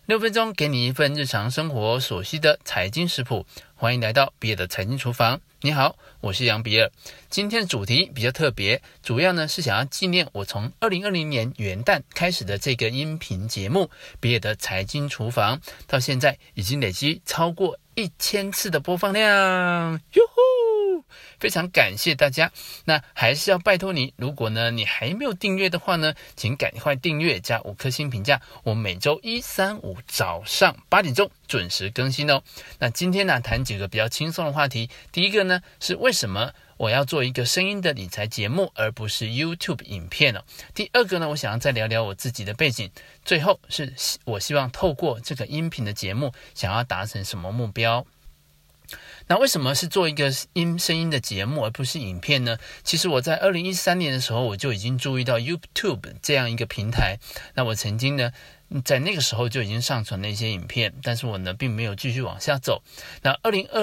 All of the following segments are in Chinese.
6分钟给你一份日常生活所需的财经食谱，欢迎来到比尔的财经厨房。你好，我是杨比尔。今天的主题比较特别，主要呢是想要纪念我从2020年元旦开始的这个音频节目比尔的财经厨房，到现在已经累积超过1000次的播放量，哟呼！非常感谢大家。那还是要拜托你，如果呢你还没有订阅的话呢，请赶快订阅加5颗星评价。我每周1、3、5早上8点钟准时更新哦。那今天呢谈几个比较轻松的话题。第一个呢是为什么我要做一个声音的理财节目，而不是 YouTube 影片哦。第二个呢，我想要再聊聊我自己的背景。最后是我希望透过这个音频的节目，想要达成什么目标。那为什么是做一个声音的节目而不是影片呢？其实我在2013年的时候，我就已经注意到 YouTube 这样一个平台。那我曾经呢在那个时候就已经上传了一些影片，但是我呢并没有继续往下走。那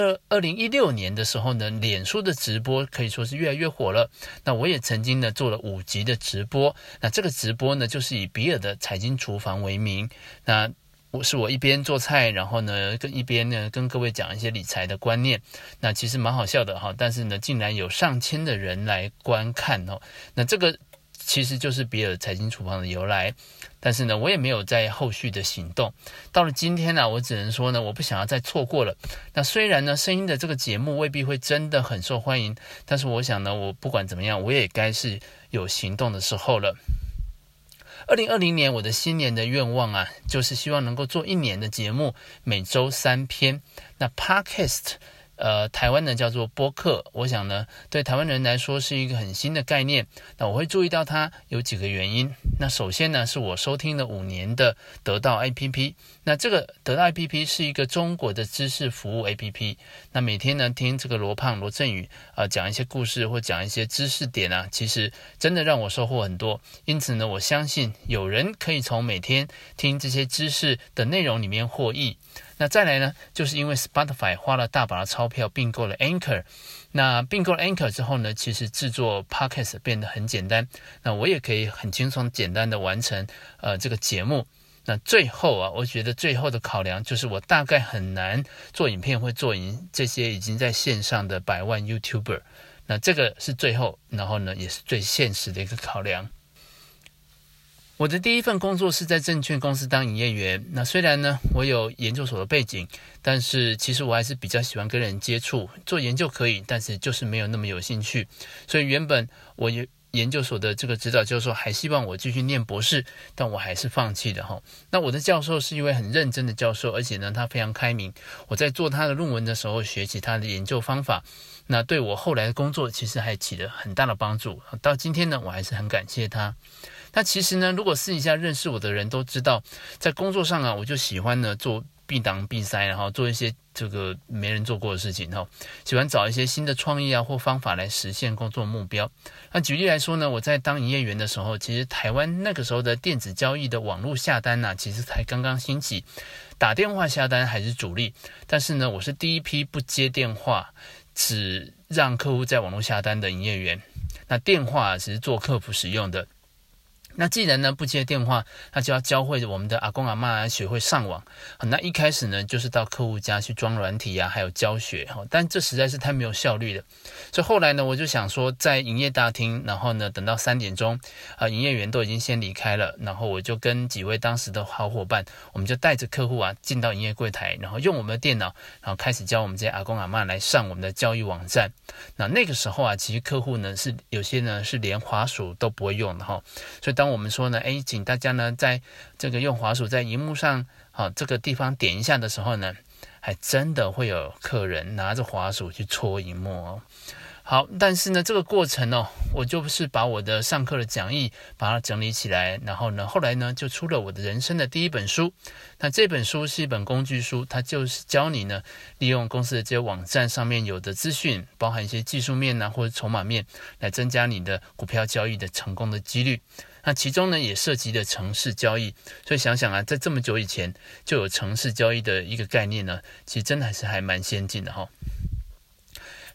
2016年的时候呢，脸书的直播可以说是越来越火了。那我也曾经呢做了5集的直播。那这个直播呢就是以比尔的财经厨房为名。那我一边做菜，然后呢一边呢跟各位讲一些理财的观念。那其实蛮好笑的哈，但是呢竟然有上千的人来观看哦。那这个其实就是比尔财经厨房的由来。但是呢我也没有在后续的行动。到了今天呢，我只能说呢我不想要再错过了。那虽然呢声音的这个节目未必会真的很受欢迎，但是我想呢我不管怎么样，我也该是有行动的时候了。2020年我的新年的愿望啊，就是希望能够做1年的节目，每周3篇。那 Podcast台湾呢叫做播客，我想呢对台湾人来说是一个很新的概念。那我会注意到它有几个原因。那首先呢是我收听了5年的得到 APP。那这个得到 APP 是一个中国的知识服务 APP。那每天呢听这个罗振宇讲一些故事或讲一些知识点啊，其实真的让我收获很多。因此呢我相信有人可以从每天听这些知识的内容里面获益。那再来呢，就是因为 Spotify 花了大把的钞票并购了 Anchor。那并购了 Anchor 之后呢，其实制作 Podcast 变得很简单。那我也可以很轻松简单的完成这个节目。那最后啊，我觉得最后的考量就是我大概很难做影片会做赢这些已经在线上的100万 YouTuber。那这个是最后，然后呢也是最现实的一个考量。我的第一份工作是在证券公司当营业员。那虽然呢我有研究所的背景，但是其实我还是比较喜欢跟人接触。做研究可以，但是就是没有那么有兴趣。所以原本我研究所的这个指导教授还希望我继续念博士，但我还是放弃的哈。那我的教授是一位很认真的教授，而且呢他非常开明。我在做他的论文的时候学习他的研究方法，那对我后来的工作其实还起了很大的帮助。到今天呢我还是很感谢他。那其实呢，如果私底下认识我的人都知道，在工作上啊，我就喜欢呢做避挡避塞，然后做一些这个没人做过的事情哈，喜欢找一些新的创意啊或方法来实现工作目标。那举例来说呢，我在当营业员的时候，其实台湾那个时候的电子交易的网络下单啊，其实才刚刚兴起，打电话下单还是主力。但是呢，我是第一批不接电话，只让客户在网络下单的营业员。那电话只是做客服使用的。那既然呢不接电话，那就要教会我们的阿公阿嬷学会上网。那一开始呢就是到客户家去装软体啊，还有教学，但这实在是太没有效率了。所以后来呢我就想说，在营业大厅，然后呢等到3点钟营业员都已经先离开了，然后我就跟几位当时的好伙伴，我们就带着客户进到营业柜台，然后用我们的电脑，然后开始教我们这些阿公阿嬷来上我们的交易网站。那个时候其实客户呢是有些呢是连滑鼠都不会用的哈。所以当我们说呢请大家呢在这个用滑鼠在荧幕上这个地方点一下的时候呢，还真的会有客人拿着滑鼠去戳荧幕哦。好，但是呢这个过程我就是把我的上课的讲义把它整理起来，然后呢后来呢就出了我的人生的第一本书。那这本书是一本工具书，它就是教你呢利用公司的这些网站上面有的资讯，包含一些技术面或者筹码面，来增加你的股票交易的成功的几率。那其中呢也涉及了程式交易。所以想想在这么久以前就有程式交易的一个概念呢，其实真的还蛮先进的哈。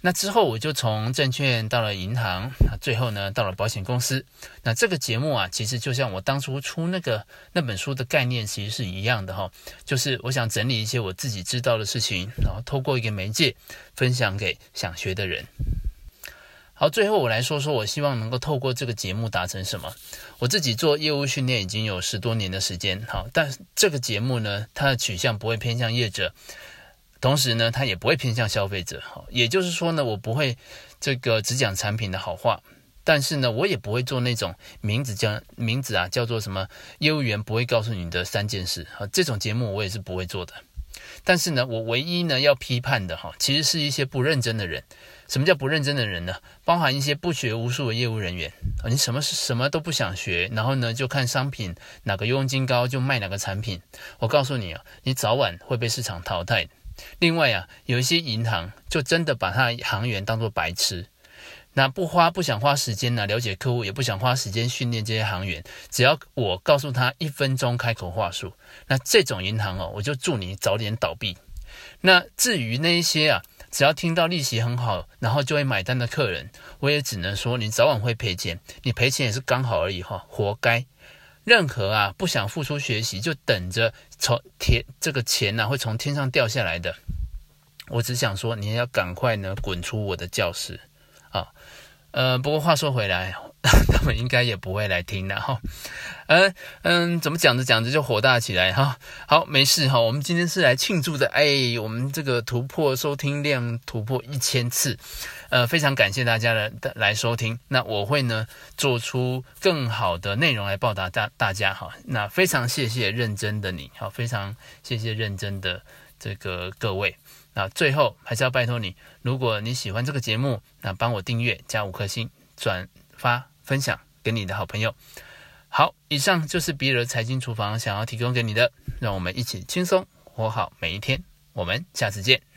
那之后我就从证券到了银行，最后呢到了保险公司。那这个节目啊，其实就像我当初出那本书的概念其实是一样的就是我想整理一些我自己知道的事情，然后透过一个媒介分享给想学的人。好，最后我来说说我希望能够透过这个节目达成什么。我自己做业务训练已经有10多年的时间，但这个节目呢，它的取向不会偏向业者，同时呢，它也不会偏向消费者。也就是说呢，我不会只讲产品的好话，但是呢，我也不会做那种名字叫做什么业务员不会告诉你的3件事，这种节目我也是不会做的。但是呢，我唯一呢要批判的其实是一些不认真的人。什么叫不认真的人呢？包含一些不学无术的业务人员，你什么都不想学，然后呢就看商品哪个佣金高就卖哪个产品。我告诉你你早晚会被市场淘汰。另外有一些银行就真的把他的行员当作白痴，那不想花时间了解客户，也不想花时间训练这些行员，只要我告诉他1分钟开口话术，那这种银行我就祝你早点倒闭。那至于那一些只要听到利息很好，然后就会买单的客人，我也只能说你早晚会赔钱，你赔钱也是刚好而已活该。任何不想付出学习就等着这个钱会从天上掉下来的，我只想说你要赶快呢滚出我的教室不过话说回来，他们应该也不会来听的怎么讲着就火大起来好，没事我们今天是来庆祝的，我们这个收听量突破1000次，非常感谢大家来收听。那我会呢做出更好的内容来报答大家那非常谢谢认真的你非常谢谢认真的各位。那最后还是要拜托你，如果你喜欢这个节目，那帮我订阅加5颗星，转发分享给你的好朋友。好，以上就是比尔财经厨房想要提供给你的，让我们一起轻松活好每一天，我们下次见。